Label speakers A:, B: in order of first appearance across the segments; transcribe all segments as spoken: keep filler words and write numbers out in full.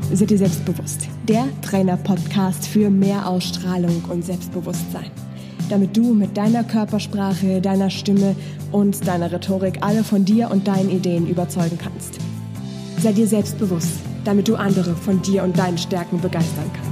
A: Sei dir selbstbewusst. Der Trainer-Podcast für mehr Ausstrahlung und Selbstbewusstsein. Damit du mit deiner Körpersprache, deiner Stimme und deiner Rhetorik alle von dir und deinen Ideen überzeugen kannst. Sei dir selbstbewusst, damit du andere von dir und deinen Stärken begeistern kannst.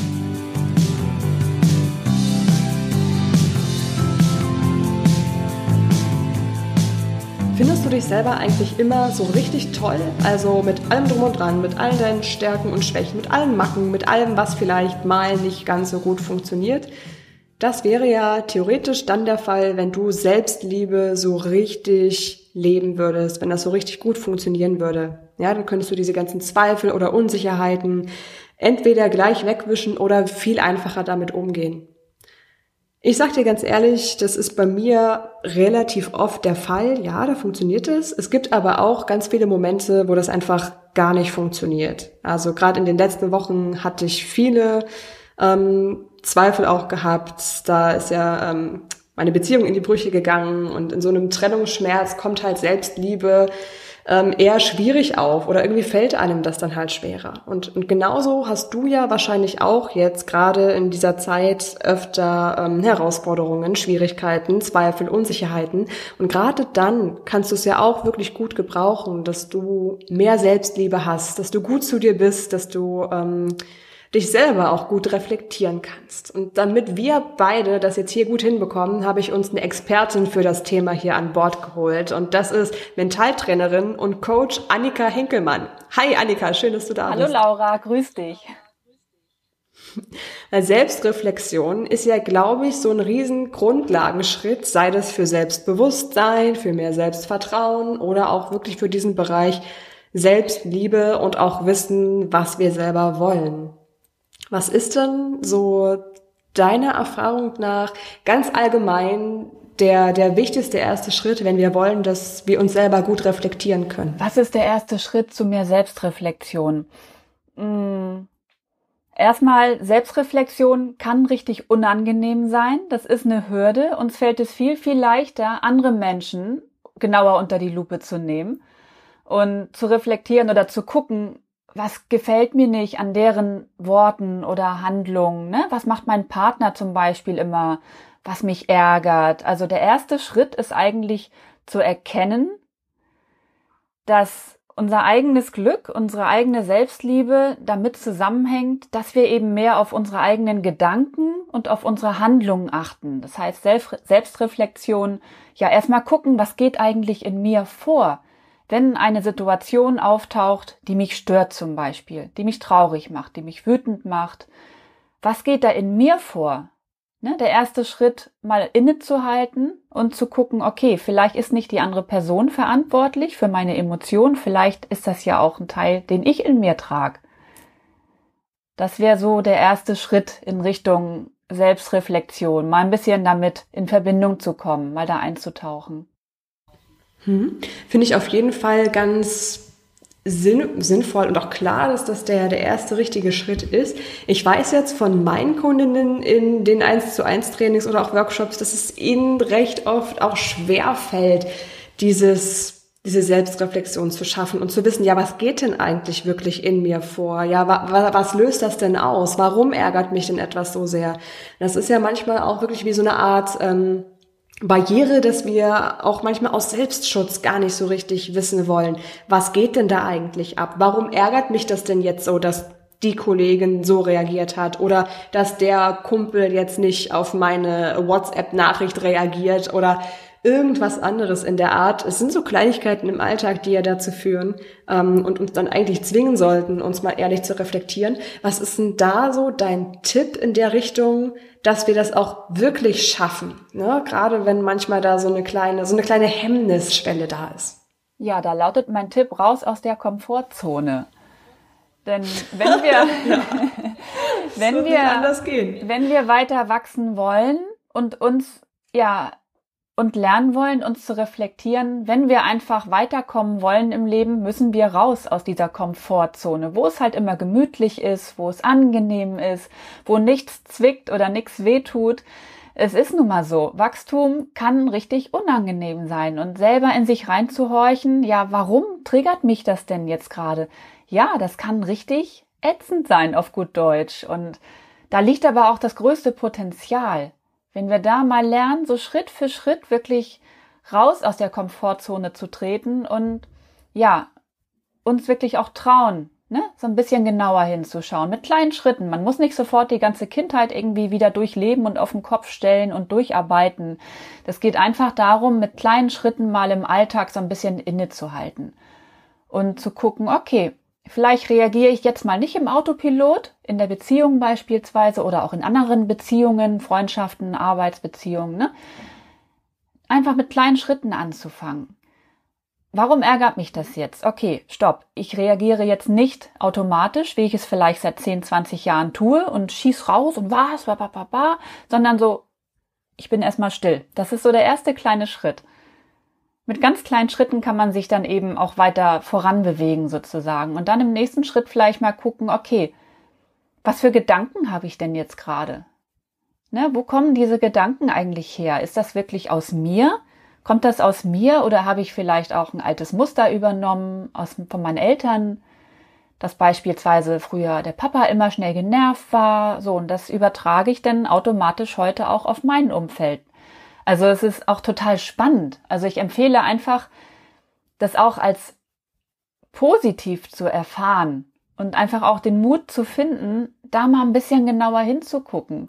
A: Findest du dich selber eigentlich immer so richtig toll? Also mit allem Drum und Dran, mit all deinen Stärken und Schwächen, mit allen Macken, mit allem, was vielleicht mal nicht ganz so gut funktioniert? Das wäre ja theoretisch dann der Fall, wenn du Selbstliebe so richtig leben würdest, wenn das so richtig gut funktionieren würde. Ja, dann könntest du diese ganzen Zweifel oder Unsicherheiten entweder gleich wegwischen oder viel einfacher damit umgehen. Ich sag dir ganz ehrlich, das ist bei mir relativ oft der Fall. Ja, da funktioniert es. Es gibt aber auch ganz viele Momente, wo das einfach gar nicht funktioniert. Also gerade in den letzten Wochen hatte ich viele ähm, Zweifel auch gehabt. Da ist ja ähm, meine Beziehung in die Brüche gegangen und in so einem Trennungsschmerz kommt halt Selbstliebe ähm, eher schwierig auf oder irgendwie fällt einem das dann halt schwerer. Und, und genauso hast du ja wahrscheinlich auch jetzt gerade in dieser Zeit öfter ähm, Herausforderungen, Schwierigkeiten, Zweifel, Unsicherheiten. Und gerade dann kannst du es ja auch wirklich gut gebrauchen, dass du mehr Selbstliebe hast, dass du gut zu dir bist, dass du ähm, dich selber auch gut reflektieren kannst. Und damit wir beide das jetzt hier gut hinbekommen, habe ich uns eine Expertin für das Thema hier an Bord geholt. Und das ist Mentaltrainerin und Coach Annika Henkelmann. Hi Annika, schön, dass du da
B: Hallo
A: bist.
B: Hallo Laura, grüß dich.
A: Selbstreflexion ist ja, glaube ich, so ein riesen Grundlagenschritt, sei das für Selbstbewusstsein, für mehr Selbstvertrauen oder auch wirklich für diesen Bereich Selbstliebe und auch wissen, was wir selber wollen. Was ist denn so deiner Erfahrung nach ganz allgemein der, der wichtigste erste Schritt, wenn wir wollen, dass wir uns selber gut reflektieren können?
B: Was ist der erste Schritt zu mehr Selbstreflexion? Hm. Erstmal, Selbstreflexion kann richtig unangenehm sein. Das ist eine Hürde. Uns fällt es viel, viel leichter, andere Menschen genauer unter die Lupe zu nehmen und zu reflektieren oder zu gucken, was gefällt mir nicht an deren Worten oder Handlungen, ne? Was macht mein Partner zum Beispiel immer, was mich ärgert? Also der erste Schritt ist eigentlich zu erkennen, dass unser eigenes Glück, unsere eigene Selbstliebe damit zusammenhängt, dass wir eben mehr auf unsere eigenen Gedanken und auf unsere Handlungen achten. Das heißt Selbstreflexion, ja erstmal gucken, was geht eigentlich in mir vor? Wenn eine Situation auftaucht, die mich stört zum Beispiel, die mich traurig macht, die mich wütend macht, was geht da in mir vor? Ne, der erste Schritt, mal innezuhalten und zu gucken, okay, vielleicht ist nicht die andere Person verantwortlich für meine Emotionen, vielleicht ist das ja auch ein Teil, den ich in mir trage. Das wäre so der erste Schritt in Richtung Selbstreflexion, mal ein bisschen damit in Verbindung zu kommen, mal da einzutauchen.
A: Hm. Finde ich auf jeden Fall ganz sinn, sinnvoll und auch klar, dass das der, der erste richtige Schritt ist. Ich weiß jetzt von meinen Kundinnen in den eins zu eins Trainings oder auch Workshops, dass es ihnen recht oft auch schwer fällt, dieses, diese Selbstreflexion zu schaffen und zu wissen, ja, was geht denn eigentlich wirklich in mir vor? Ja, wa, wa, was löst das denn aus? Warum ärgert mich denn etwas so sehr? Das ist ja manchmal auch wirklich wie so eine Art ähm, Barriere, dass wir auch manchmal aus Selbstschutz gar nicht so richtig wissen wollen, was geht denn da eigentlich ab? Warum ärgert mich das denn jetzt so, dass die Kollegin so reagiert hat oder dass der Kumpel jetzt nicht auf meine WhatsApp-Nachricht reagiert oder irgendwas anderes in der Art. Es sind so Kleinigkeiten im Alltag, die ja dazu führen ähm, und uns dann eigentlich zwingen sollten, uns mal ehrlich zu reflektieren. Was ist denn da so dein Tipp in der Richtung, dass wir das auch wirklich schaffen? Ne? Gerade wenn manchmal da so eine kleine, so eine kleine Hemmnisschwelle da ist.
B: Ja, da lautet mein Tipp, raus aus der Komfortzone. Denn wenn wir,
A: ja.
B: wenn
A: wird
B: wir,
A: nicht anders gehen.
B: wenn wir weiter wachsen wollen und uns, ja, und lernen wollen, uns zu reflektieren, wenn wir einfach weiterkommen wollen im Leben, müssen wir raus aus dieser Komfortzone, wo es halt immer gemütlich ist, wo es angenehm ist, wo nichts zwickt oder nichts wehtut. Es ist nun mal so, Wachstum kann richtig unangenehm sein und selber in sich reinzuhorchen, ja, warum triggert mich das denn jetzt gerade? Ja, das kann richtig ätzend sein auf gut Deutsch. Und da liegt aber auch das größte Potenzial. Wenn wir da mal lernen, so Schritt für Schritt wirklich raus aus der Komfortzone zu treten und ja, uns wirklich auch trauen, ne, so ein bisschen genauer hinzuschauen, mit kleinen Schritten. Man muss nicht sofort die ganze Kindheit irgendwie wieder durchleben und auf den Kopf stellen und durcharbeiten. Das geht einfach darum, mit kleinen Schritten mal im Alltag so ein bisschen innezuhalten und zu gucken, okay, vielleicht reagiere ich jetzt mal nicht im Autopilot, in der Beziehung beispielsweise oder auch in anderen Beziehungen, Freundschaften, Arbeitsbeziehungen, ne? Einfach mit kleinen Schritten anzufangen. Warum ärgert mich das jetzt? Okay, stopp. Ich reagiere jetzt nicht automatisch, wie ich es vielleicht seit zehn, zwanzig Jahren tue und schieß raus und was, ba, ba, ba, ba, sondern so, ich bin erstmal still. Das ist so der erste kleine Schritt. Mit ganz kleinen Schritten kann man sich dann eben auch weiter voranbewegen sozusagen und dann im nächsten Schritt vielleicht mal gucken, okay, was für Gedanken habe ich denn jetzt gerade? Ne, wo kommen diese Gedanken eigentlich her? Ist das wirklich aus mir? Kommt das aus mir oder habe ich vielleicht auch ein altes Muster übernommen aus, von meinen Eltern, dass beispielsweise früher der Papa immer schnell genervt war, so, und das übertrage ich dann automatisch heute auch auf mein Umfeld. Also es ist auch total spannend. Also ich empfehle einfach, das auch als positiv zu erfahren und einfach auch den Mut zu finden, da mal ein bisschen genauer hinzugucken.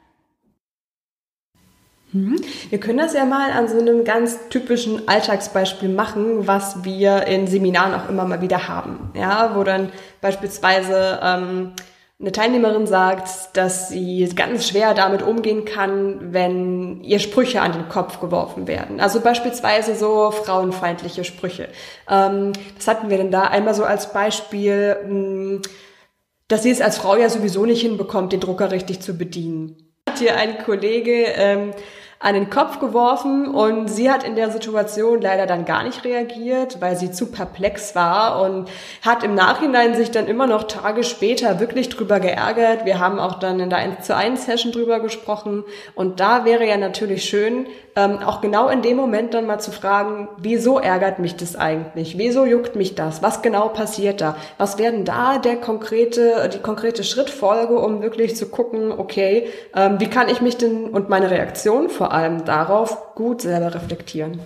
A: Wir können das ja mal an so einem ganz typischen Alltagsbeispiel machen, was wir in Seminaren auch immer mal wieder haben. Ja, wo dann beispielsweise ähm, eine Teilnehmerin sagt, dass sie ganz schwer damit umgehen kann, wenn ihr Sprüche an den Kopf geworfen werden. Also beispielsweise so frauenfeindliche Sprüche. Ähm, was hatten wir denn da? Einmal so als Beispiel, mh, dass sie es als Frau ja sowieso nicht hinbekommt, den Drucker richtig zu bedienen. Hat hier ein Kollege ähm, an den Kopf geworfen und sie hat in der Situation leider dann gar nicht reagiert, weil sie zu perplex war und hat im Nachhinein sich dann immer noch Tage später wirklich drüber geärgert. Wir haben auch dann in der eins zu eins Session drüber gesprochen und da wäre ja natürlich schön, ähm, auch genau in dem Moment dann mal zu fragen, wieso ärgert mich das eigentlich? Wieso juckt mich das? Was genau passiert da? Was werden da der konkrete, die konkrete Schrittfolge, um wirklich zu gucken, okay, ähm, wie kann ich mich denn und meine Reaktion vor allem darauf gut selber reflektieren?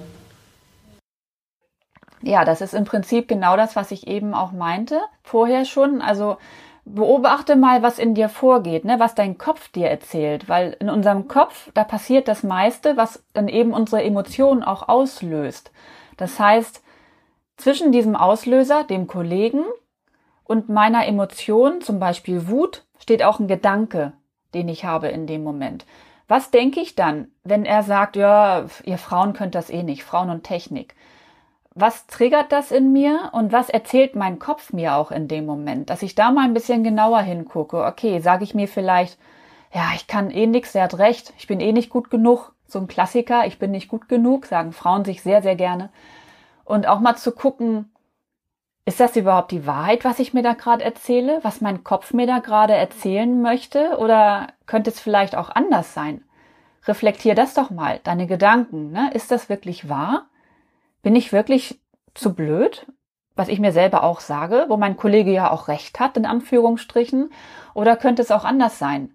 B: Ja, das ist im Prinzip genau das, was ich eben auch meinte, vorher schon. Also beobachte mal, was in dir vorgeht, ne, was dein Kopf dir erzählt, weil in unserem Kopf, da passiert das meiste, was dann eben unsere Emotionen auch auslöst. Das heißt, zwischen diesem Auslöser, dem Kollegen, und meiner Emotion, zum Beispiel Wut, steht auch ein Gedanke, den ich habe in dem Moment. Was denke ich dann, wenn er sagt, ja, ihr Frauen könnt das eh nicht, Frauen und Technik? Was triggert das in mir und was erzählt mein Kopf mir auch in dem Moment? Dass ich da mal ein bisschen genauer hingucke. Okay, sage ich mir vielleicht, ja, ich kann eh nix, er hat recht, ich bin eh nicht gut genug. So ein Klassiker, ich bin nicht gut genug, sagen Frauen sich sehr, sehr gerne. Und auch mal zu gucken, ist das überhaupt die Wahrheit, was ich mir da gerade erzähle, was mein Kopf mir da gerade erzählen möchte, oder könnte es vielleicht auch anders sein? Reflektier das doch mal, deine Gedanken, ne? Ist das wirklich wahr? Bin ich wirklich zu blöd, was ich mir selber auch sage, wo mein Kollege ja auch recht hat, in Anführungsstrichen, oder könnte es auch anders sein?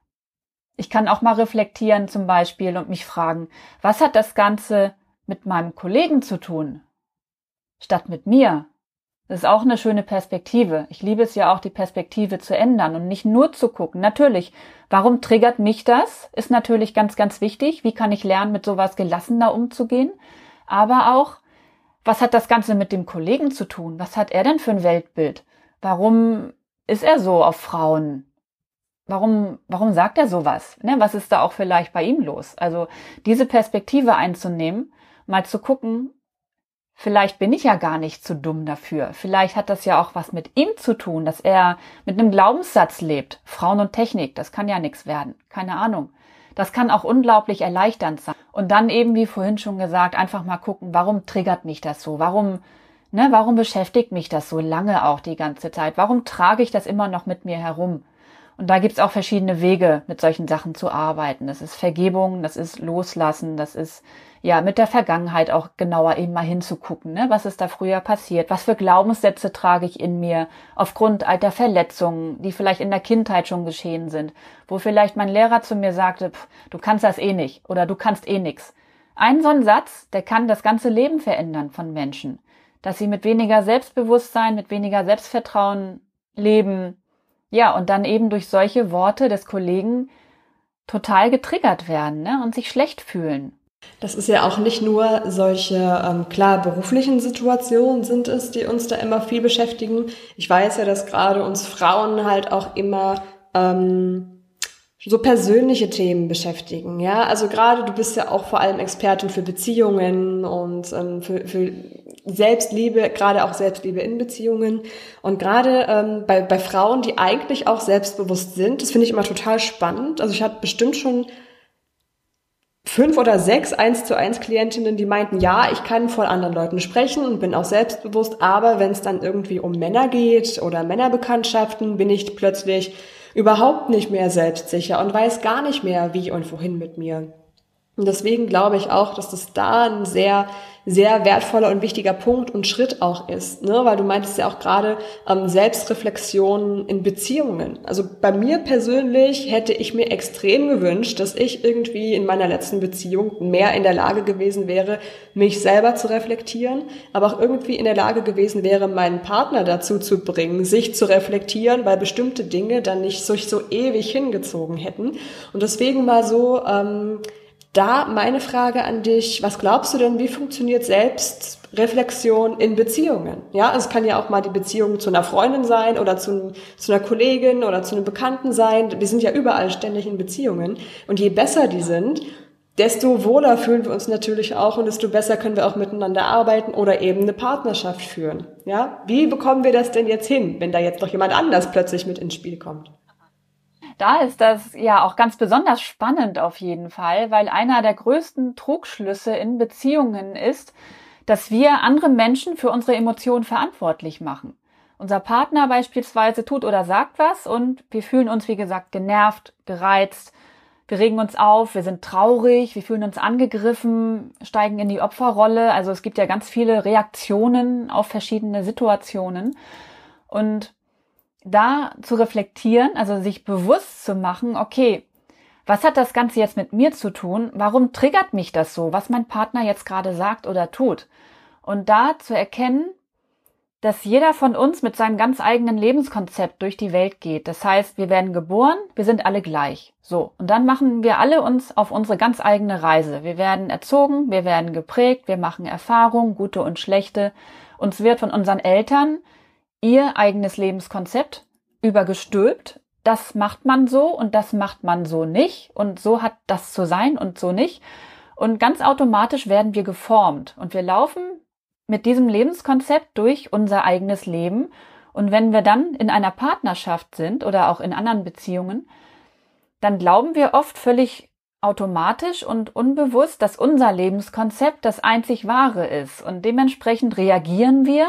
B: Ich kann auch mal reflektieren zum Beispiel und mich fragen, was hat das Ganze mit meinem Kollegen zu tun, statt mit mir? Das ist auch eine schöne Perspektive. Ich liebe es ja auch, die Perspektive zu ändern und nicht nur zu gucken. Natürlich, warum triggert mich das? Ist natürlich ganz, ganz wichtig. Wie kann ich lernen, mit sowas gelassener umzugehen? Aber auch, was hat das Ganze mit dem Kollegen zu tun? Was hat er denn für ein Weltbild? Warum ist er so auf Frauen? Warum, warum sagt er sowas? Ne, was ist da auch vielleicht bei ihm los? Also diese Perspektive einzunehmen, mal zu gucken, vielleicht bin ich ja gar nicht zu dumm dafür. Vielleicht hat das ja auch was mit ihm zu tun, dass er mit einem Glaubenssatz lebt. Frauen und Technik, das kann ja nichts werden. Keine Ahnung. Das kann auch unglaublich erleichternd sein. Und dann eben, wie vorhin schon gesagt, einfach mal gucken, warum triggert mich das so? Warum, ne, warum beschäftigt mich das so lange auch die ganze Zeit? Warum trage ich das immer noch mit mir herum? Und da gibt's auch verschiedene Wege, mit solchen Sachen zu arbeiten. Das ist Vergebung, das ist Loslassen, das ist ja mit der Vergangenheit auch genauer eben mal hinzugucken, ne? Was ist da früher passiert? Was für Glaubenssätze trage ich in mir aufgrund alter Verletzungen, die vielleicht in der Kindheit schon geschehen sind, wo vielleicht mein Lehrer zu mir sagte, pff, du kannst das eh nicht oder du kannst eh nix. Ein so ein Satz, der kann das ganze Leben verändern von Menschen, dass sie mit weniger Selbstbewusstsein, mit weniger Selbstvertrauen leben. Ja, und dann eben durch solche Worte des Kollegen total getriggert werden, ne, und sich schlecht fühlen.
A: Das ist ja auch nicht nur solche, ähm, klar, beruflichen Situationen sind es, die uns da immer viel beschäftigen. Ich weiß ja, dass gerade uns Frauen halt auch immer ähm, so persönliche Themen beschäftigen, ja. Also gerade du bist ja auch vor allem Expertin für Beziehungen und ähm, für, für Selbstliebe, gerade auch Selbstliebe in Beziehungen. Und gerade ähm, bei, bei Frauen, die eigentlich auch selbstbewusst sind, das finde ich immer total spannend. Also ich habe bestimmt schon fünf oder sechs eins zu eins Klientinnen, die meinten, ja, ich kann vor anderen Leuten sprechen und bin auch selbstbewusst, aber wenn es dann irgendwie um Männer geht oder Männerbekanntschaften, bin ich plötzlich überhaupt nicht mehr selbstsicher und weiß gar nicht mehr, wie und wohin mit mir. Und deswegen glaube ich auch, dass das da ein sehr, sehr wertvoller und wichtiger Punkt und Schritt auch ist, ne? Weil du meintest ja auch gerade ähm, Selbstreflexion in Beziehungen. Also bei mir persönlich hätte ich mir extrem gewünscht, dass ich irgendwie in meiner letzten Beziehung mehr in der Lage gewesen wäre, mich selber zu reflektieren, aber auch irgendwie in der Lage gewesen wäre, meinen Partner dazu zu bringen, sich zu reflektieren, weil bestimmte Dinge dann nicht so, so ewig hingezogen hätten. Und deswegen mal so ähm, Da meine Frage an dich, was glaubst du denn, wie funktioniert Selbstreflexion in Beziehungen? Ja, also es kann ja auch mal die Beziehung zu einer Freundin sein oder zu, zu einer Kollegin oder zu einem Bekannten sein. Wir sind ja überall ständig in Beziehungen. Und je besser die sind, desto wohler fühlen wir uns natürlich auch und desto besser können wir auch miteinander arbeiten oder eben eine Partnerschaft führen. Ja, wie bekommen wir das denn jetzt hin, wenn da jetzt noch jemand anders plötzlich mit ins Spiel kommt?
B: Da ist das ja auch ganz besonders spannend auf jeden Fall, weil einer der größten Trugschlüsse in Beziehungen ist, dass wir andere Menschen für unsere Emotionen verantwortlich machen. Unser Partner beispielsweise tut oder sagt was und wir fühlen uns, wie gesagt, genervt, gereizt, wir regen uns auf, wir sind traurig, wir fühlen uns angegriffen, steigen in die Opferrolle. Also es gibt ja ganz viele Reaktionen auf verschiedene Situationen und da zu reflektieren, also sich bewusst zu machen, okay, was hat das Ganze jetzt mit mir zu tun? Warum triggert mich das so, was mein Partner jetzt gerade sagt oder tut? Und da zu erkennen, dass jeder von uns mit seinem ganz eigenen Lebenskonzept durch die Welt geht. Das heißt, wir werden geboren, wir sind alle gleich. So. Und dann machen wir alle uns auf unsere ganz eigene Reise. Wir werden erzogen, wir werden geprägt, wir machen Erfahrungen, gute und schlechte. Uns wird von unseren Eltern ihr eigenes Lebenskonzept übergestülpt. Das macht man so und das macht man so nicht und so hat das zu sein und so nicht. Und ganz automatisch werden wir geformt und wir laufen mit diesem Lebenskonzept durch unser eigenes Leben. Und wenn wir dann in einer Partnerschaft sind oder auch in anderen Beziehungen, dann glauben wir oft völlig automatisch und unbewusst, dass unser Lebenskonzept das einzig wahre ist. Und dementsprechend reagieren wir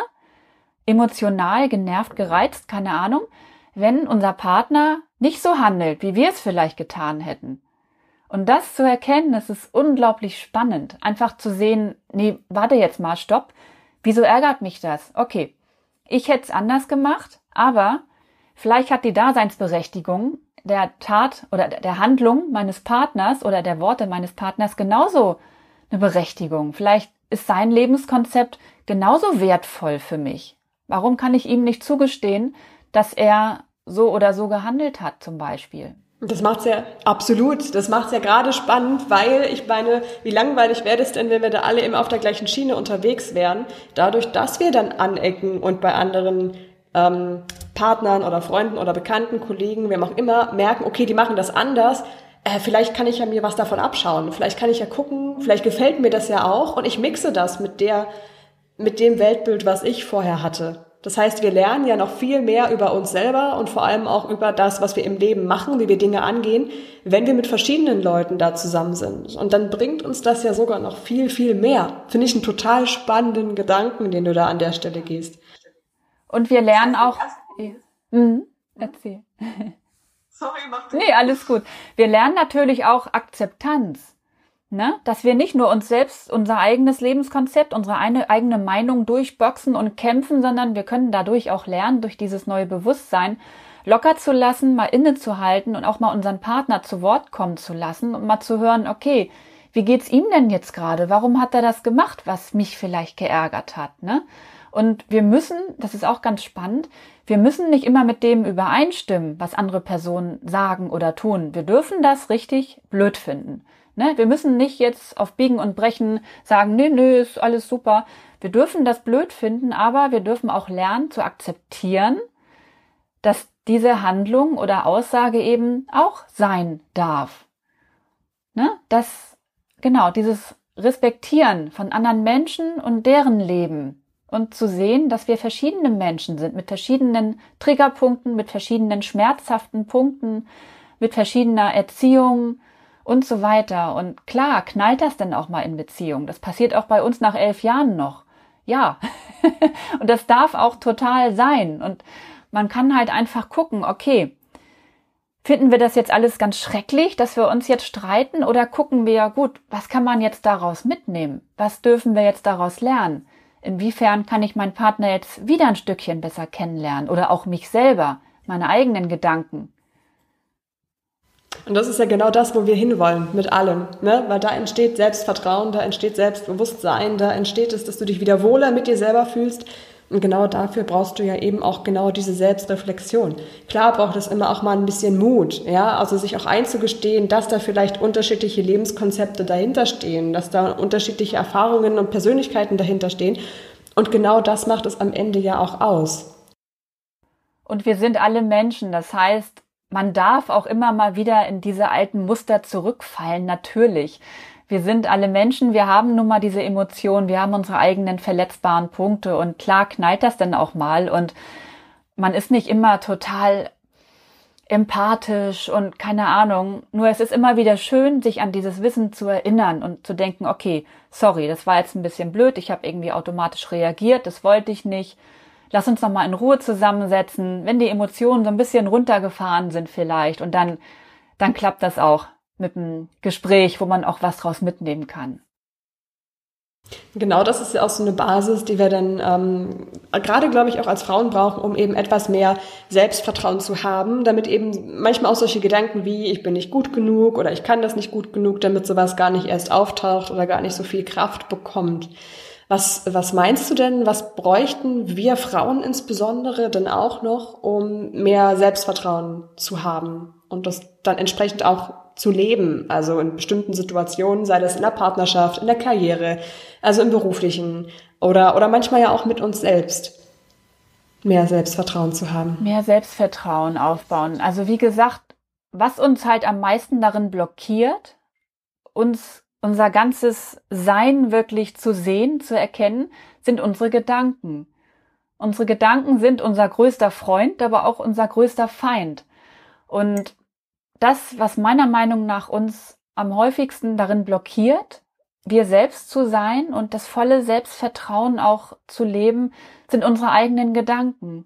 B: emotional, genervt, gereizt, keine Ahnung, wenn unser Partner nicht so handelt, wie wir es vielleicht getan hätten. Und das zu erkennen, das ist unglaublich spannend. Einfach zu sehen, nee, warte jetzt mal, stopp. Wieso ärgert mich das? Okay, ich hätte es anders gemacht, aber vielleicht hat die Daseinsberechtigung der Tat oder der Handlung meines Partners oder der Worte meines Partners genauso eine Berechtigung. Vielleicht ist sein Lebenskonzept genauso wertvoll für mich. Warum kann ich ihm nicht zugestehen, dass er so oder so gehandelt hat, zum Beispiel?
A: Das macht's ja absolut. Das macht's ja gerade spannend, weil ich meine, wie langweilig wäre es denn, wenn wir da alle immer auf der gleichen Schiene unterwegs wären? Dadurch, dass wir dann anecken und bei anderen ähm, Partnern oder Freunden oder Bekannten, Kollegen, wem auch immer, merken, okay, die machen das anders. Äh, vielleicht kann ich ja mir was davon abschauen. Vielleicht kann ich ja gucken, vielleicht gefällt mir das ja auch und ich mixe das mit der mit dem Weltbild, was ich vorher hatte. Das heißt, wir lernen ja noch viel mehr über uns selber und vor allem auch über das, was wir im Leben machen, wie wir Dinge angehen, wenn wir mit verschiedenen Leuten da zusammen sind. Und dann bringt uns das ja sogar noch viel, viel mehr. Finde ich einen total spannenden Gedanken, den du da an der Stelle gehst.
B: Und wir lernen auch... Mhm. Erzähl.
A: Sorry, mach du.
B: Nee, alles gut. Wir lernen natürlich auch Akzeptanz. Ne? Dass wir nicht nur uns selbst, unser eigenes Lebenskonzept, unsere eine, eigene Meinung durchboxen und kämpfen, sondern wir können dadurch auch lernen, durch dieses neue Bewusstsein, locker zu lassen, mal innezuhalten und auch mal unseren Partner zu Wort kommen zu lassen und mal zu hören, okay, wie geht's ihm denn jetzt gerade? Warum hat er das gemacht, was mich vielleicht geärgert hat? Ne? Und wir müssen, das ist auch ganz spannend, wir müssen nicht immer mit dem übereinstimmen, was andere Personen sagen oder tun. Wir dürfen das richtig blöd finden. Ne? Wir müssen nicht jetzt auf Biegen und Brechen sagen, nee, nee, ist alles super. Wir dürfen das blöd finden, aber wir dürfen auch lernen zu akzeptieren, dass diese Handlung oder Aussage eben auch sein darf. Ne? Das, genau, dieses Respektieren von anderen Menschen und deren Leben und zu sehen, dass wir verschiedene Menschen sind mit verschiedenen Triggerpunkten, mit verschiedenen schmerzhaften Punkten, mit verschiedener Erziehung und so weiter. Und klar, knallt das denn auch mal in Beziehung. Das passiert auch bei uns nach elf Jahren noch. Ja, und das darf auch total sein. Und man kann halt einfach gucken, okay, finden wir das jetzt alles ganz schrecklich, dass wir uns jetzt streiten, oder gucken wir, gut, was kann man jetzt daraus mitnehmen? Was dürfen wir jetzt daraus lernen? Inwiefern kann ich meinen Partner jetzt wieder ein Stückchen besser kennenlernen oder auch mich selber, meine eigenen Gedanken?
A: Und das ist ja genau das, wo wir hinwollen mit allem, ne? Weil da entsteht Selbstvertrauen, da entsteht Selbstbewusstsein, da entsteht es, dass du dich wieder wohler mit dir selber fühlst. Und genau dafür brauchst du ja eben auch genau diese Selbstreflexion. Klar braucht es immer auch mal ein bisschen Mut, ja, also sich auch einzugestehen, dass da vielleicht unterschiedliche Lebenskonzepte dahinter stehen, dass da unterschiedliche Erfahrungen und Persönlichkeiten dahinter stehen. Und genau das macht es am Ende ja auch aus.
B: Und wir sind alle Menschen, das heißt, man darf auch immer mal wieder in diese alten Muster zurückfallen, natürlich. Wir sind alle Menschen, wir haben nun mal diese Emotionen, wir haben unsere eigenen verletzbaren Punkte und klar knallt das dann auch mal und man ist nicht immer total empathisch und keine Ahnung. Nur es ist immer wieder schön, sich an dieses Wissen zu erinnern und zu denken, okay, sorry, das war jetzt ein bisschen blöd, ich habe irgendwie automatisch reagiert, das wollte ich nicht. Lass uns noch mal in Ruhe zusammensetzen, wenn die Emotionen so ein bisschen runtergefahren sind vielleicht und dann, dann klappt das auch mit einem Gespräch, wo man auch was draus mitnehmen kann.
A: Genau, das ist ja auch so eine Basis, die wir dann ähm, gerade, glaube ich, auch als Frauen brauchen, um eben etwas mehr Selbstvertrauen zu haben, damit eben manchmal auch solche Gedanken wie, ich bin nicht gut genug oder ich kann das nicht gut genug, damit sowas gar nicht erst auftaucht oder gar nicht so viel Kraft bekommt. Was, was meinst du denn, was bräuchten wir Frauen insbesondere denn auch noch, um mehr Selbstvertrauen zu haben und das dann entsprechend auch zu leben, also in bestimmten Situationen, sei das in der Partnerschaft, in der Karriere, also im Beruflichen oder, oder manchmal ja auch mit uns selbst, mehr Selbstvertrauen zu haben?
B: Mehr Selbstvertrauen aufbauen. Also wie gesagt, was uns halt am meisten darin blockiert, uns unser ganzes Sein wirklich zu sehen, zu erkennen, sind unsere Gedanken. Unsere Gedanken sind unser größter Freund, aber auch unser größter Feind. Und das, was meiner Meinung nach uns am häufigsten darin blockiert, wir selbst zu sein und das volle Selbstvertrauen auch zu leben, sind unsere eigenen Gedanken.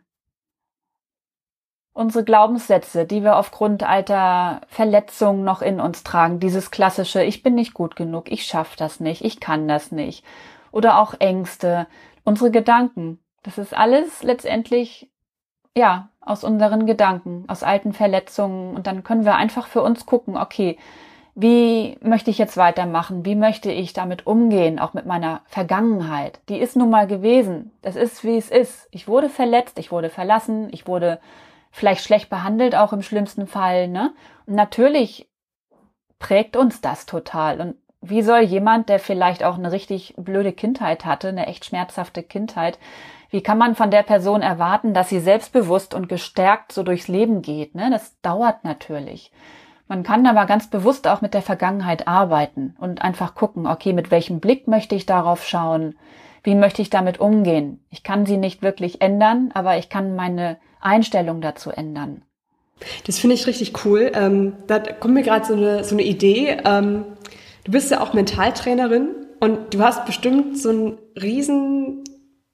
B: Unsere Glaubenssätze, die wir aufgrund alter Verletzungen noch in uns tragen, dieses klassische, ich bin nicht gut genug, ich schaffe das nicht, ich kann das nicht. Oder auch Ängste, unsere Gedanken. Das ist alles letztendlich, ja, aus unseren Gedanken, aus alten Verletzungen. Und dann können wir einfach für uns gucken, okay, wie möchte ich jetzt weitermachen? Wie möchte ich damit umgehen, auch mit meiner Vergangenheit? Die ist nun mal gewesen. Das ist, wie es ist. Ich wurde verletzt, ich wurde verlassen, ich wurde vielleicht schlecht behandelt, auch im schlimmsten Fall, ne? Und natürlich prägt uns das total. Und wie soll jemand, der vielleicht auch eine richtig blöde Kindheit hatte, eine echt schmerzhafte Kindheit, wie kann man von der Person erwarten, dass sie selbstbewusst und gestärkt so durchs Leben geht, ne? Das dauert natürlich. Man kann aber ganz bewusst auch mit der Vergangenheit arbeiten und einfach gucken, okay, mit welchem Blick möchte ich darauf schauen? Wie möchte ich damit umgehen? Ich kann sie nicht wirklich ändern, aber ich kann meine Einstellung dazu ändern.
A: Das finde ich richtig cool. Ähm, da kommt mir gerade so eine, so eine Idee. Ähm, du bist ja auch Mentaltrainerin und du hast bestimmt so ein riesen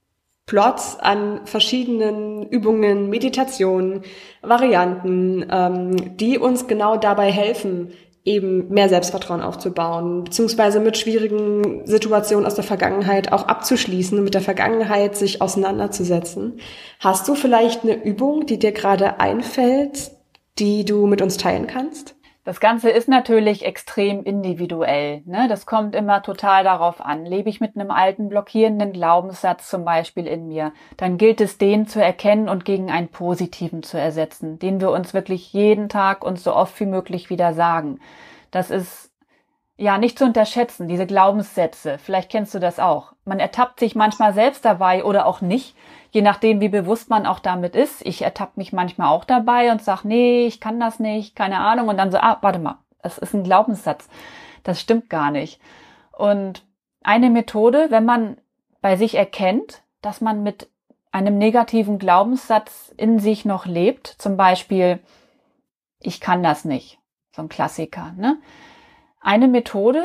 A: Plots an verschiedenen Übungen, Meditationen, Varianten, ähm, die uns genau dabei helfen, eben mehr Selbstvertrauen aufzubauen, beziehungsweise mit schwierigen Situationen aus der Vergangenheit auch abzuschließen und mit der Vergangenheit sich auseinanderzusetzen. Hast du vielleicht eine Übung, die dir gerade einfällt, die du mit uns teilen kannst?
B: Das Ganze ist natürlich extrem individuell, ne? Das kommt immer total darauf an. Lebe ich mit einem alten, blockierenden Glaubenssatz zum Beispiel in mir, dann gilt es, den zu erkennen und gegen einen positiven zu ersetzen, den wir uns wirklich jeden Tag und so oft wie möglich wieder sagen. Das ist ja nicht zu unterschätzen, diese Glaubenssätze. Vielleicht kennst du das auch. Man ertappt sich manchmal selbst dabei oder auch nicht, je nachdem, wie bewusst man auch damit ist. Ich ertappe mich manchmal auch dabei und sage, nee, ich kann das nicht, keine Ahnung. Und dann so, ah, warte mal, das ist ein Glaubenssatz. Das stimmt gar nicht. Und eine Methode, wenn man bei sich erkennt, dass man mit einem negativen Glaubenssatz in sich noch lebt, zum Beispiel, ich kann das nicht, so ein Klassiker, ne? Eine Methode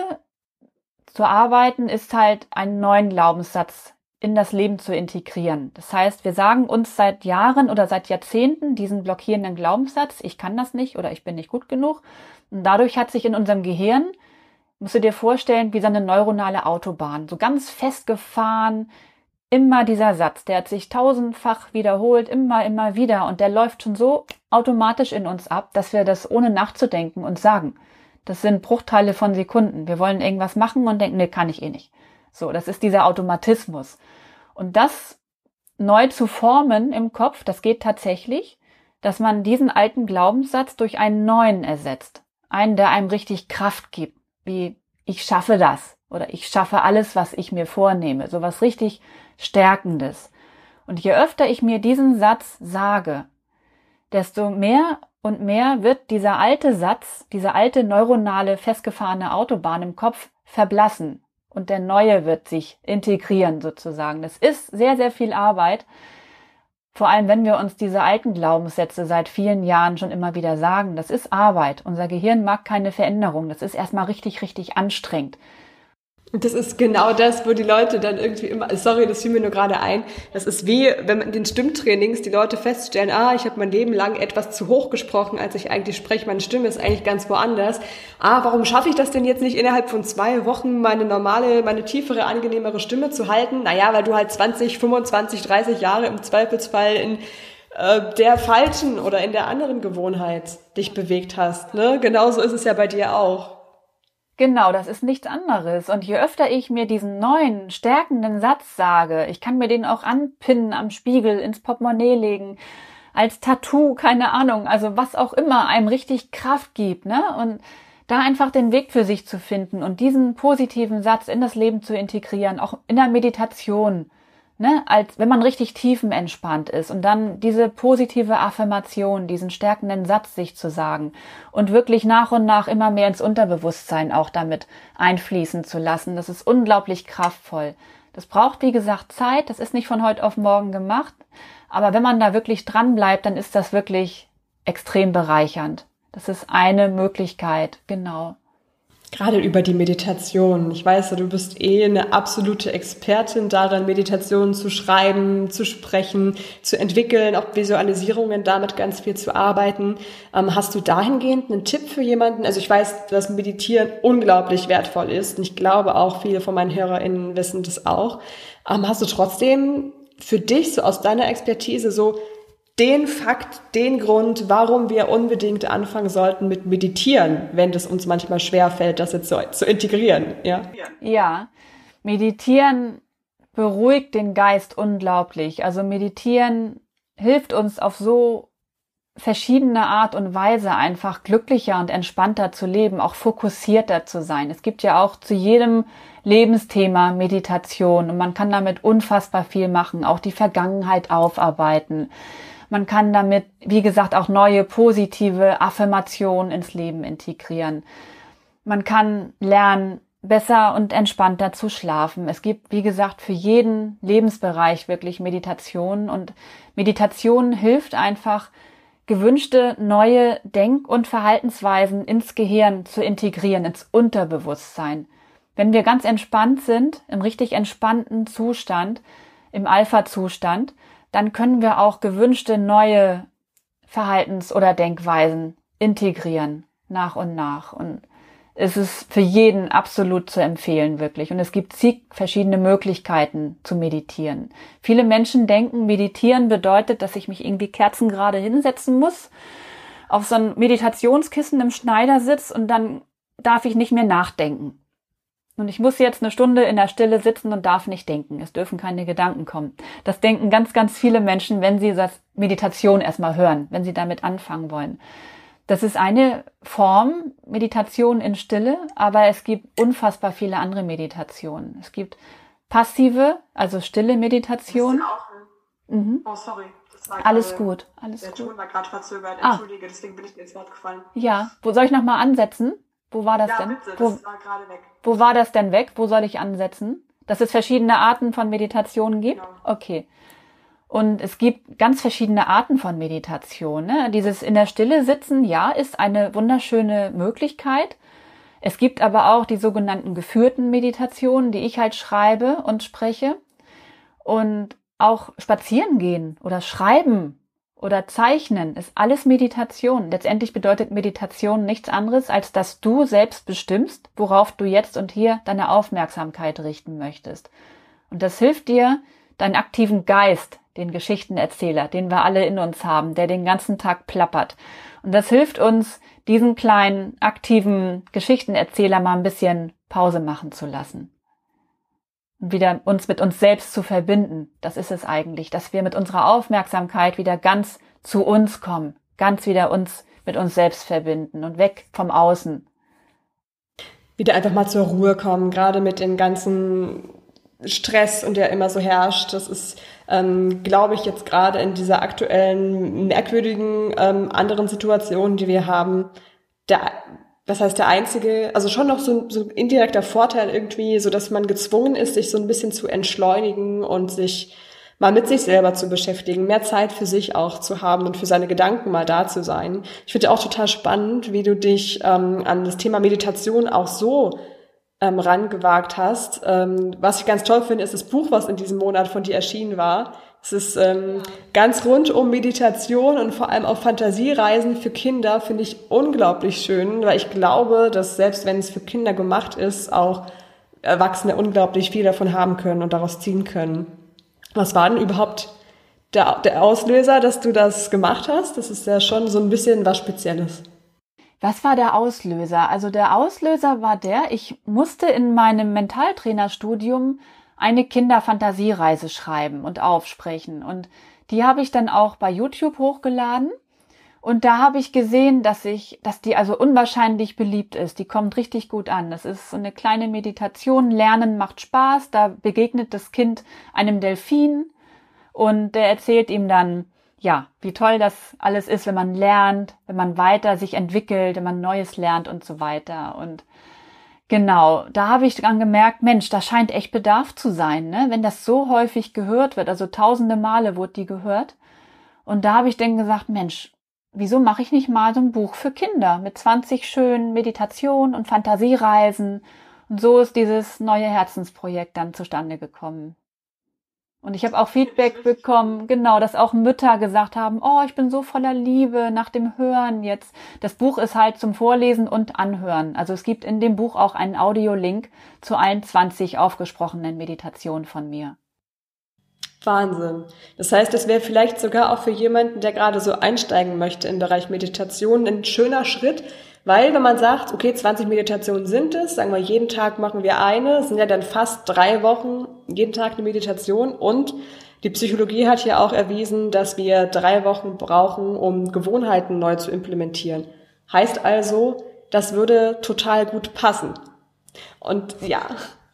B: zu arbeiten ist halt, einen neuen Glaubenssatz in das Leben zu integrieren. Das heißt, wir sagen uns seit Jahren oder seit Jahrzehnten diesen blockierenden Glaubenssatz, ich kann das nicht oder ich bin nicht gut genug. Und dadurch hat sich in unserem Gehirn, musst du dir vorstellen, wie so eine neuronale Autobahn, so ganz festgefahren, immer dieser Satz, der hat sich tausendfach wiederholt, immer, immer wieder. Und der läuft schon so automatisch in uns ab, dass wir das ohne nachzudenken uns sagen. Das sind Bruchteile von Sekunden. Wir wollen irgendwas machen und denken, nee, kann ich eh nicht. So, das ist dieser Automatismus. Und das neu zu formen im Kopf, das geht tatsächlich, dass man diesen alten Glaubenssatz durch einen neuen ersetzt. Einen, der einem richtig Kraft gibt, wie ich schaffe das oder ich schaffe alles, was ich mir vornehme. So was richtig Stärkendes. Und je öfter ich mir diesen Satz sage, desto mehr und mehr wird dieser alte Satz, diese alte neuronale, festgefahrene Autobahn im Kopf verblassen und der neue wird sich integrieren sozusagen. Das ist sehr, sehr viel Arbeit, vor allem wenn wir uns diese alten Glaubenssätze seit vielen Jahren schon immer wieder sagen. Das ist Arbeit. Unser Gehirn mag keine Veränderung. Das ist erstmal richtig, richtig anstrengend.
A: Und das ist genau das, wo die Leute dann irgendwie immer, sorry, das fiel mir nur gerade ein, das ist wie, wenn man in den Stimmtrainings die Leute feststellen, ah, ich habe mein Leben lang etwas zu hoch gesprochen, als ich eigentlich spreche, meine Stimme ist eigentlich ganz woanders. Ah, warum schaffe ich das denn jetzt nicht innerhalb von zwei Wochen, meine normale, meine tiefere, angenehmere Stimme zu halten? Naja, weil du halt zwanzig, fünfundzwanzig, dreißig Jahre im Zweifelsfall in äh, der falschen oder in der anderen Gewohnheit dich bewegt hast, ne? Genauso ist es ja bei dir auch.
B: Genau, das ist nichts anderes. Und je öfter ich mir diesen neuen, stärkenden Satz sage, ich kann mir den auch anpinnen am Spiegel, ins Portemonnaie legen, als Tattoo, keine Ahnung, also was auch immer einem richtig Kraft gibt, ne? Und da einfach den Weg für sich zu finden und diesen positiven Satz in das Leben zu integrieren, auch in der Meditation, ne? Als wenn man richtig tiefenentspannt ist und dann diese positive Affirmation, diesen stärkenden Satz sich zu sagen und wirklich nach und nach immer mehr ins Unterbewusstsein auch damit einfließen zu lassen. Das ist unglaublich kraftvoll. Das braucht, wie gesagt, Zeit. Das ist nicht von heute auf morgen gemacht. Aber wenn man da wirklich dran bleibt, dann ist das wirklich extrem bereichernd. Das ist eine Möglichkeit, genau.
A: Gerade über die Meditation. Ich weiß ja, du bist eh eine absolute Expertin darin, Meditationen zu schreiben, zu sprechen, zu entwickeln, auch Visualisierungen, damit ganz viel zu arbeiten. Ähm, hast du dahingehend einen Tipp für jemanden? Also ich weiß, dass Meditieren unglaublich wertvoll ist und ich glaube auch, viele von meinen HörerInnen wissen das auch. Ähm, hast du trotzdem für dich, so aus deiner Expertise, so den Fakt, den Grund, warum wir unbedingt anfangen sollten mit Meditieren, wenn es uns manchmal schwerfällt, das jetzt so zu integrieren, ja?
B: Ja, Meditieren beruhigt den Geist unglaublich. Also Meditieren hilft uns auf so verschiedene Art und Weise einfach glücklicher und entspannter zu leben, auch fokussierter zu sein. Es gibt ja auch zu jedem Lebensthema Meditation und man kann damit unfassbar viel machen, auch die Vergangenheit aufarbeiten. Man kann damit, wie gesagt, auch neue positive Affirmationen ins Leben integrieren. Man kann lernen, besser und entspannter zu schlafen. Es gibt, wie gesagt, für jeden Lebensbereich wirklich Meditationen und Meditation hilft einfach, gewünschte neue Denk- und Verhaltensweisen ins Gehirn zu integrieren, ins Unterbewusstsein. Wenn wir ganz entspannt sind, im richtig entspannten Zustand, im Alpha-Zustand, dann können wir auch gewünschte neue Verhaltens- oder Denkweisen integrieren, nach und nach. Und es ist für jeden absolut zu empfehlen, wirklich. Und es gibt zig verschiedene Möglichkeiten zu meditieren. Viele Menschen denken, meditieren bedeutet, dass ich mich irgendwie kerzengerade hinsetzen muss, auf so ein Meditationskissen im Schneidersitz und dann darf ich nicht mehr nachdenken. Und ich muss jetzt eine Stunde in der Stille sitzen und darf nicht denken. Es dürfen keine Gedanken kommen. Das denken ganz, ganz viele Menschen, wenn sie das Meditation erstmal hören, wenn sie damit anfangen wollen. Das ist eine Form, Meditation in Stille, aber es gibt unfassbar viele andere Meditationen. Es gibt passive, also stille Meditation.
A: Das ist auch, mhm. Oh, sorry. Das war
B: alles
A: gerade,
B: gut, alles
A: der
B: gut.
A: Der Ton war gerade verzögert,
B: ah.
A: entschuldige, deswegen bin ich mir ins Wort gefallen.
B: Ja, wo soll ich nochmal ansetzen? Wo war das
A: ja,
B: denn?
A: Bitte,
B: wo,
A: das war gerade weg.
B: Wo war das denn weg? Wo soll ich ansetzen? Dass es verschiedene Arten von Meditationen gibt?
A: Genau.
B: Okay. Und es gibt ganz verschiedene Arten von Meditation. Ne? Dieses in der Stille sitzen, ja, ist eine wunderschöne Möglichkeit. Es gibt aber auch die sogenannten geführten Meditationen, die ich halt schreibe und spreche. Und auch spazieren gehen oder schreiben oder Zeichnen ist alles Meditation. Letztendlich bedeutet Meditation nichts anderes, als dass du selbst bestimmst, worauf du jetzt und hier deine Aufmerksamkeit richten möchtest. Und das hilft dir, deinen aktiven Geist, den Geschichtenerzähler, den wir alle in uns haben, der den ganzen Tag plappert. Und das hilft uns, diesen kleinen, aktiven Geschichtenerzähler mal ein bisschen Pause machen zu lassen. Und wieder uns mit uns selbst zu verbinden. Das ist es eigentlich, dass wir mit unserer Aufmerksamkeit wieder ganz zu uns kommen, ganz wieder uns mit uns selbst verbinden und weg vom Außen.
A: Wieder einfach mal zur Ruhe kommen, gerade mit dem ganzen Stress und der immer so herrscht. Das ist, ähm, glaube ich, jetzt gerade in dieser aktuellen, merkwürdigen, ähm, anderen Situation, die wir haben, der Das heißt, der einzige, also schon noch so, so ein indirekter Vorteil irgendwie, so dass man gezwungen ist, sich so ein bisschen zu entschleunigen und sich mal mit sich selber zu beschäftigen, mehr Zeit für sich auch zu haben und für seine Gedanken mal da zu sein. Ich finde auch total spannend, wie du dich ähm, an das Thema Meditation auch so ähm, rangewagt hast. Ähm, was ich ganz toll finde, ist das Buch, was in diesem Monat von dir erschienen war. Es ist ähm, ganz rund um Meditation und vor allem auch Fantasiereisen für Kinder, finde ich unglaublich schön, weil ich glaube, dass selbst wenn es für Kinder gemacht ist, auch Erwachsene unglaublich viel davon haben können und daraus ziehen können. Was war denn überhaupt der, der Auslöser, dass du das gemacht hast? Das ist ja schon so ein bisschen was Spezielles.
B: Was war der Auslöser? Also der Auslöser war der, ich musste in meinem Mentaltrainerstudium eine Kinderfantasiereise schreiben und aufsprechen. Und die habe ich dann auch bei YouTube hochgeladen. Und da habe ich gesehen, dass ich, dass die also unwahrscheinlich beliebt ist. Die kommt richtig gut an. Das ist so eine kleine Meditation. Lernen macht Spaß. Da begegnet das Kind einem Delfin und der erzählt ihm dann, ja, wie toll das alles ist, wenn man lernt, wenn man weiter sich entwickelt, wenn man Neues lernt und so weiter. Und genau, da habe ich dann gemerkt, Mensch, da scheint echt Bedarf zu sein, ne? Wenn das so häufig gehört wird, also tausende Male wurde die gehört. Und da habe ich dann gesagt, Mensch, wieso mache ich nicht mal so ein Buch für Kinder mit zwanzig schönen Meditationen und Fantasiereisen? Und so ist dieses neue Herzensprojekt dann zustande gekommen. Und ich habe auch Feedback bekommen, genau, dass auch Mütter gesagt haben, oh, ich bin so voller Liebe nach dem Hören jetzt. Das Buch ist halt zum Vorlesen und Anhören. Also es gibt in dem Buch auch einen Audiolink zu allen zwanzig aufgesprochenen Meditationen von mir.
A: Wahnsinn. Das heißt, es wäre vielleicht sogar auch für jemanden, der gerade so einsteigen möchte im Bereich Meditation, ein schöner Schritt, weil wenn man sagt, okay, zwanzig Meditationen sind es, sagen wir, jeden Tag machen wir eine, es sind ja dann fast drei Wochen, jeden Tag eine Meditation und die Psychologie hat ja auch erwiesen, dass wir drei Wochen brauchen, um Gewohnheiten neu zu implementieren. Heißt also, das würde total gut passen. Und ja,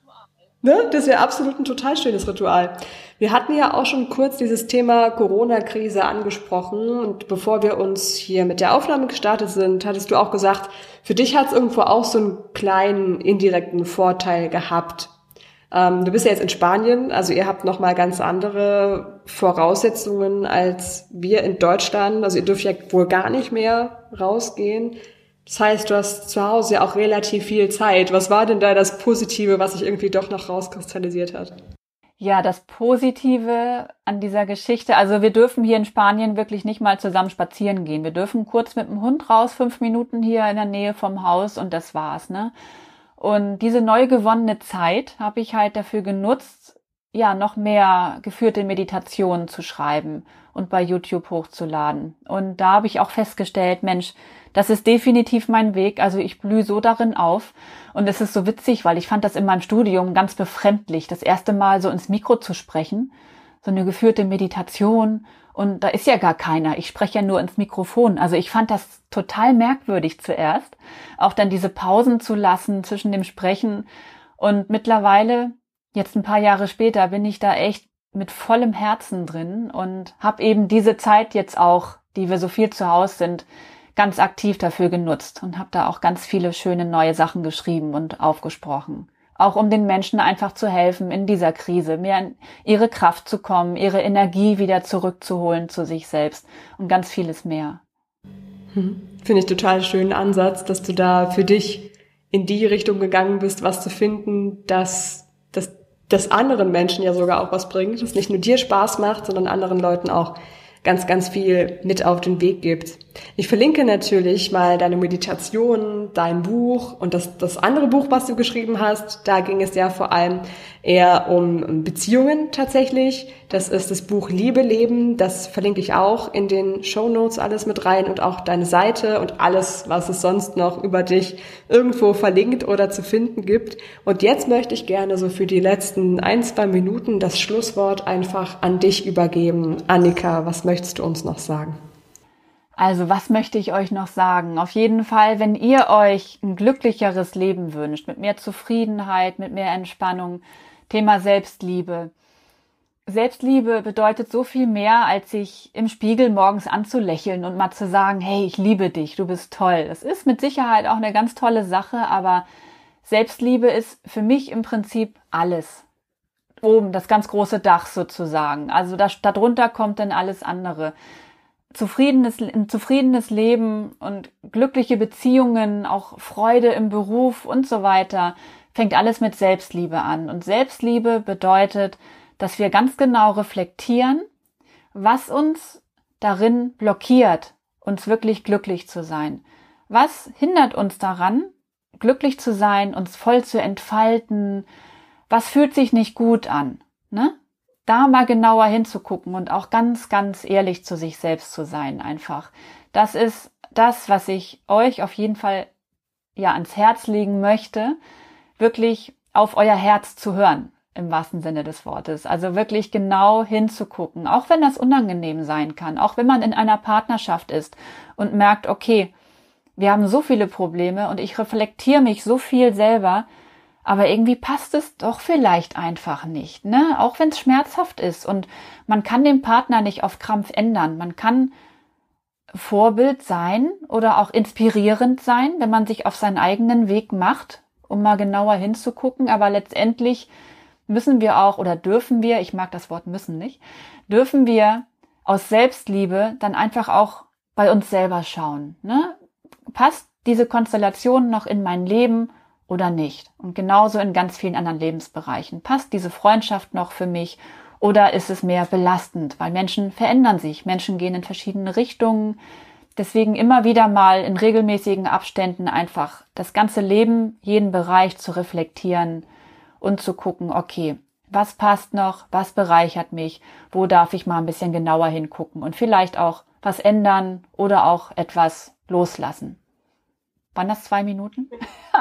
A: ne, das wäre absolut ein total schönes Ritual. Wir hatten ja auch schon kurz dieses Thema Corona-Krise angesprochen und bevor wir uns hier mit der Aufnahme gestartet sind, hattest du auch gesagt, für dich hat es irgendwo auch so einen kleinen indirekten Vorteil gehabt. Ähm, du bist ja jetzt in Spanien, also ihr habt nochmal ganz andere Voraussetzungen als wir in Deutschland. Also ihr dürft ja wohl gar nicht mehr rausgehen. Das heißt, du hast zu Hause ja auch relativ viel Zeit. Was war denn da das Positive, was sich irgendwie doch noch rauskristallisiert hat?
B: Ja, das Positive an dieser Geschichte, also wir dürfen hier in Spanien wirklich nicht mal zusammen spazieren gehen. Wir dürfen kurz mit dem Hund raus, fünf Minuten hier in der Nähe vom Haus und das war's, ne? Und diese neu gewonnene Zeit habe ich halt dafür genutzt, ja, noch mehr geführte Meditationen zu schreiben und bei YouTube hochzuladen. Und da habe ich auch festgestellt, Mensch, das ist definitiv mein Weg. Also ich blühe so darin auf. Und es ist so witzig, weil ich fand das in meinem Studium ganz befremdlich, das erste Mal so ins Mikro zu sprechen. So eine geführte Meditation. Und da ist ja gar keiner. Ich spreche ja nur ins Mikrofon. Also ich fand das total merkwürdig zuerst. Auch dann diese Pausen zu lassen zwischen dem Sprechen. Und mittlerweile, jetzt ein paar Jahre später, bin ich da echt mit vollem Herzen drin und habe eben diese Zeit jetzt auch, die wir so viel zu Hause sind, ganz aktiv dafür genutzt und habe da auch ganz viele schöne neue Sachen geschrieben und aufgesprochen. Auch um den Menschen einfach zu helfen in dieser Krise, mehr in ihre Kraft zu kommen, ihre Energie wieder zurückzuholen zu sich selbst und ganz vieles mehr.
A: Hm. Finde ich total schönen Ansatz, dass du da für dich in die Richtung gegangen bist, was zu finden, dass das das anderen Menschen ja sogar auch was bringt, das nicht nur dir Spaß macht, sondern anderen Leuten auch ganz, ganz viel mit auf den Weg gibt. Ich verlinke natürlich mal deine Meditation, dein Buch und das, das andere Buch, was du geschrieben hast. Da ging es ja vor allem eher um Beziehungen tatsächlich. Das ist das Buch Liebe leben. Das verlinke ich auch in den Shownotes alles mit rein und auch deine Seite und alles, was es sonst noch über dich irgendwo verlinkt oder zu finden gibt. Und jetzt möchte ich gerne so für die letzten ein, zwei Minuten das Schlusswort einfach an dich übergeben. Annika, was möchtest du uns noch sagen?
B: Also, was möchte ich euch noch sagen? Auf jeden Fall, wenn ihr euch ein glücklicheres Leben wünscht, mit mehr Zufriedenheit, mit mehr Entspannung, Thema Selbstliebe. Selbstliebe bedeutet so viel mehr, als sich im Spiegel morgens anzulächeln und mal zu sagen, hey, ich liebe dich, du bist toll. Das ist mit Sicherheit auch eine ganz tolle Sache, aber Selbstliebe ist für mich im Prinzip alles. Oben, das ganz große Dach sozusagen. Also das, darunter kommt dann alles andere. Zufriedenes, ein zufriedenes Leben und glückliche Beziehungen, auch Freude im Beruf und so weiter, fängt alles mit Selbstliebe an. Und Selbstliebe bedeutet, dass wir ganz genau reflektieren, was uns darin blockiert, uns wirklich glücklich zu sein. Was hindert uns daran, glücklich zu sein, uns voll zu entfalten? Was fühlt sich nicht gut an? Ne? Da mal genauer hinzugucken und auch ganz, ganz ehrlich zu sich selbst zu sein einfach. Das ist das, was ich euch auf jeden Fall ja ans Herz legen möchte, wirklich auf euer Herz zu hören, im wahrsten Sinne des Wortes. Also wirklich genau hinzugucken, auch wenn das unangenehm sein kann, auch wenn man in einer Partnerschaft ist und merkt, okay, wir haben so viele Probleme und ich reflektiere mich so viel selber, aber irgendwie passt es doch vielleicht einfach nicht, ne? Auch wenn es schmerzhaft ist und man kann den Partner nicht auf Krampf ändern. Man kann Vorbild sein oder auch inspirierend sein, wenn man sich auf seinen eigenen Weg macht, um mal genauer hinzugucken. Aber letztendlich müssen wir auch oder dürfen wir, ich mag das Wort müssen nicht, dürfen wir aus Selbstliebe dann einfach auch bei uns selber schauen, ne? Passt diese Konstellation noch in mein Leben oder nicht? Und genauso in ganz vielen anderen Lebensbereichen. Passt diese Freundschaft noch für mich oder ist es mehr belastend? Weil Menschen verändern sich, Menschen gehen in verschiedene Richtungen. Deswegen immer wieder mal in regelmäßigen Abständen einfach das ganze Leben, jeden Bereich zu reflektieren und zu gucken, okay, was passt noch, was bereichert mich, wo darf ich mal ein bisschen genauer hingucken und vielleicht auch was ändern oder auch etwas loslassen. Waren das zwei Minuten?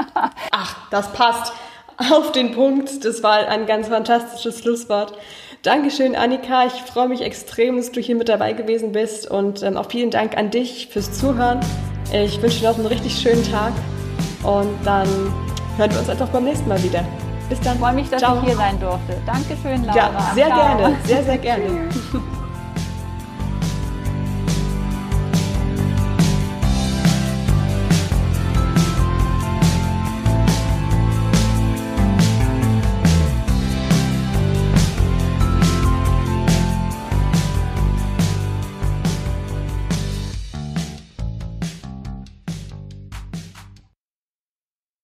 A: Ach, das passt auf den Punkt. Das war ein ganz fantastisches Schlusswort. Dankeschön, Annika. Ich freue mich extrem, dass du hier mit dabei gewesen bist und ähm, auch vielen Dank an dich fürs Zuhören. Ich wünsche dir noch einen richtig schönen Tag und dann hören wir uns einfach beim nächsten Mal wieder. Bis dann.
B: Ich freue mich, dass Ciao. ich hier sein durfte. Dankeschön, Laura.
A: Ja, sehr
B: Ciao.
A: gerne. Sehr, sehr gerne.